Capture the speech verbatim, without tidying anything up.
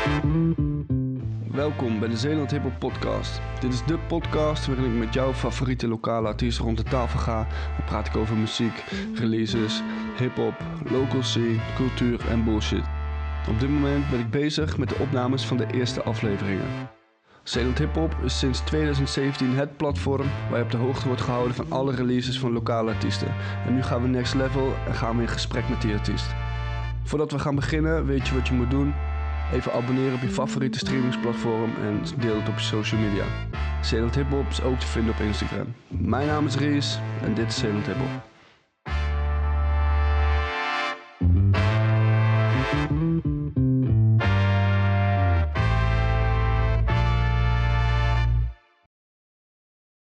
Welkom bij de Zeeland Hip Hop Podcast. Dit is de podcast waarin ik met jouw favoriete lokale artiesten rond de tafel ga. Dan praat ik over muziek, releases, hip-hop, local scene, cultuur en bullshit. Op dit moment ben ik bezig met de opnames van de eerste afleveringen. Zeeland Hip Hop is sinds twintig zeventien het platform waar je op de hoogte wordt gehouden van alle releases van lokale artiesten. En nu gaan we next level en gaan we in gesprek met die artiest. Voordat we gaan beginnen, weet je wat je moet doen? Even abonneren op je favoriete streamingsplatform en deel het op je social media. Zeeland Hip Hop is ook te vinden op Instagram. Mijn naam is Ries en dit is Zeeland Hip Hop.